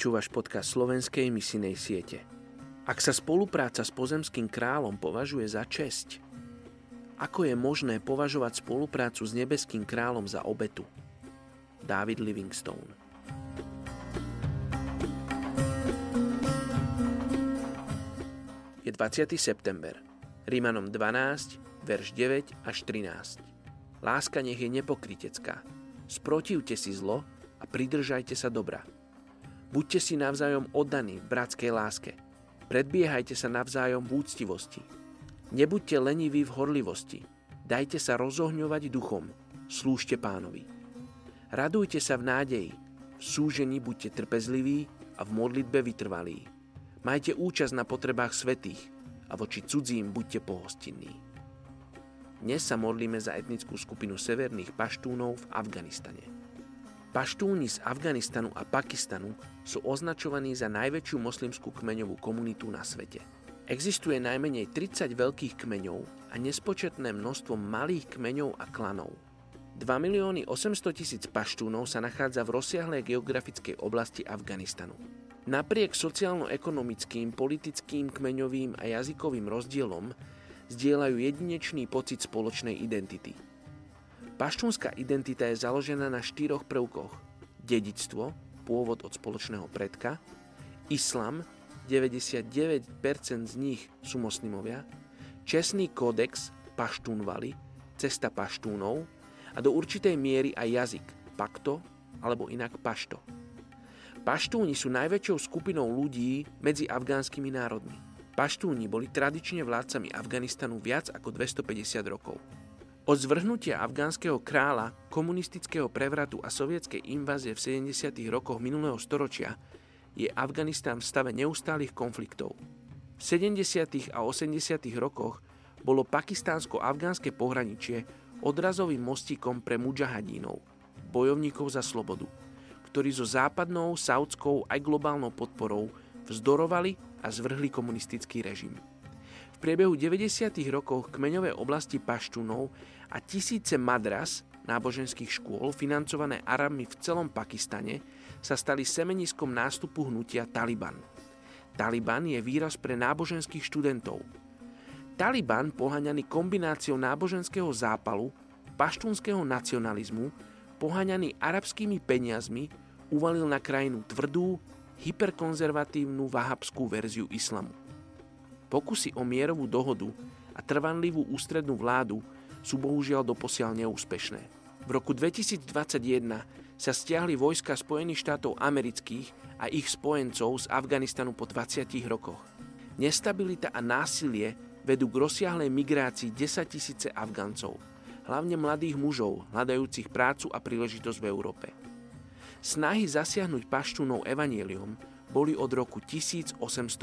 Počúvaš podcast slovenskej misijnej siete. Ak sa spolupráca s pozemským kráľom považuje za česť, ako je možné považovať spoluprácu s nebeským kráľom za obetu? David Livingstone. Je 20. september. Rímanom 12, verš 9 až 13. Láska nech je nepokrytecká. Sprotivte si zlo a pridržajte sa dobra. Buďte si navzájom oddaní v bratskej láske. Predbiehajte sa navzájom v úctivosti. Nebuďte leniví v horlivosti. Dajte sa rozohňovať duchom. Slúžte Pánovi. Radujte sa v nádeji. V súžení buďte trpezliví a v modlitbe vytrvalí. Majte účasť na potrebách svätých a voči cudzím buďte pohostinní. Dnes sa modlíme za etnickú skupinu severných paštúnov v Afganistane. Paštúni z Afganistanu a Pakistanu sú označovaní za najväčšiu moslimskú kmeňovú komunitu na svete. Existuje najmenej 30 veľkých kmeňov a nespočetné množstvo malých kmeňov a klanov. 2 800 000 paštúnov sa nachádza v rozsiahlej geografickej oblasti Afganistanu. Napriek sociálno-ekonomickým, politickým, kmeňovým a jazykovým rozdielom zdieľajú jedinečný pocit spoločnej identity. Paštúnska identita je založená na 4 prvkoch. Dedičstvo, pôvod od spoločného predka, islam, 99% z nich sú moslimovia, čestný kódex paštúnvali, cesta paštúnov a do určitej miery aj jazyk, pakto alebo inak pašto. Paštúni sú najväčšou skupinou ľudí medzi afgánskymi národmi. Paštúni boli tradične vládcami Afganistanu viac ako 250 rokov. Od zvrhnutia afgánskeho kráľa, komunistického prevratu a sovietskej invázie v 70. rokoch minulého storočia je Afganistan v stave neustálych konfliktov. V 70. a 80. rokoch bolo pakistánsko-afgánske pohraničie odrazovým mostíkom pre mudžahadínov, bojovníkov za slobodu, ktorí so západnou, saudskou aj globálnou podporou vzdorovali a zvrhli komunistický režim. V priebehu 90. rokov kmeňové oblasti paštúnov a tisíce madras, náboženských škôl, financované Arabmi v celom Pakistane, sa stali semeniskom nástupu hnutia Taliban. Taliban je výraz pre náboženských študentov. Taliban, poháňaný kombináciou náboženského zápalu, paštúnskeho nacionalizmu, poháňaný arabskými peniazmi, uvalil na krajinu tvrdú, hyperkonzervatívnu vahabskú verziu islamu. Pokusy o mierovú dohodu a trvanlivú ústrednú vládu sú bohužiaľ doposiaľ neúspešné. V roku 2021 sa stiahli vojska Spojených štátov amerických a ich spojencov z Afganistanu po 20 rokoch. Nestabilita a násilie vedú k rozsiahlej migrácii 10 000 Afgancov, hlavne mladých mužov, hľadajúcich prácu a príležitosť v Európe. Snahy zasiahnuť paštúnov evanjeliom boli od roku 1818,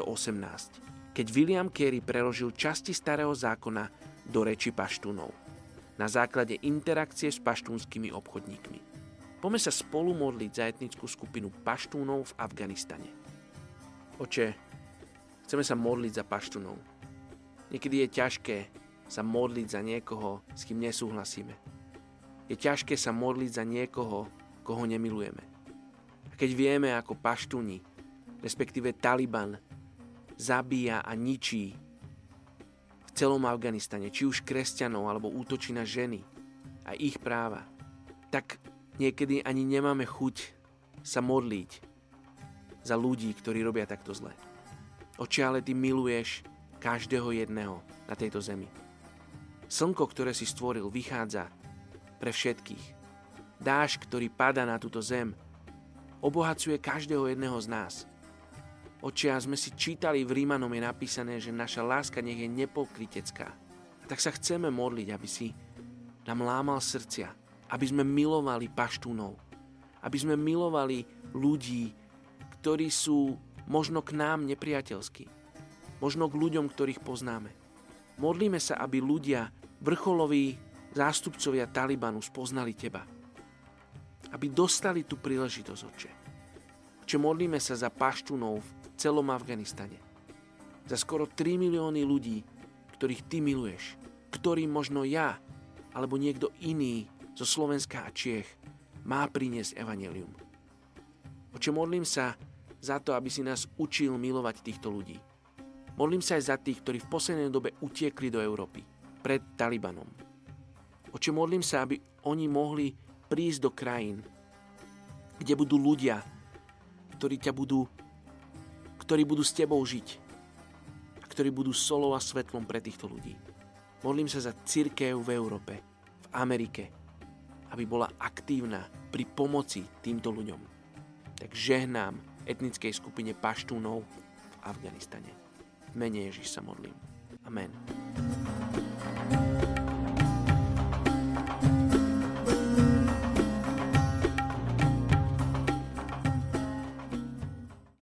keď William Carey preložil časti Starého zákona do reči paštúnov na základe interakcie s paštúnskymi obchodníkmi. Poďme sa spolu modliť za etnickú skupinu paštúnov v Afganistane. Oče, chceme sa modliť za paštúnov. Niekedy je ťažké sa modliť za niekoho, s kým nesúhlasíme. Je ťažké sa modliť za niekoho, koho nemilujeme. A keď vieme, ako paštúni, respektíve Taliban, zabíja a ničí v celom Afganistane, či už kresťanov, alebo útočí na ženy a ich práva, tak niekedy ani nemáme chuť sa modliť za ľudí, ktorí robia takto zle. Oče, ale Ty miluješ každého jedného na tejto zemi. Slnko, ktoré si stvoril, vychádza pre všetkých. Dážď, ktorý padá na túto zem, obohacuje každého jedného z nás. Oče, a sme si čítali, v Rímanom je napísané, že naša láska nech je nepokrytecká. A tak sa chceme modliť, aby si nám lámal srdcia, aby sme milovali paštúnov, aby sme milovali ľudí, ktorí sú možno k nám nepriateľskí, možno k ľuďom, ktorých poznáme. Modlíme sa, aby ľudia, vrcholoví zástupcovia Talibanu spoznali Teba. Aby dostali tú príležitosť, Oče. Oče, modlíme sa za paštúnov v celom Afganistane. Za skoro 3 milióny ľudí, ktorých Ty miluješ, ktorým možno ja, alebo niekto iný zo Slovenska a Čiech má priniesť evanjelium. Oče, modlím sa za to, aby si nás učil milovať týchto ľudí. Modlím sa aj za tých, ktorí v poslednej dobe utiekli do Európy pred Talibanom. Oče, modlím sa, aby oni mohli prísť do krajín, kde budú ľudia, ktorí budú s tebou žiť a ktorí budú solou a svetlom pre týchto ľudí. Modlím sa za cirkev v Európe, v Amerike, aby bola aktívna pri pomoci týmto ľuďom. Tak žehnám etnickej skupine paštúnov v Afganistane. V mene Ježiš sa modlím. Amen.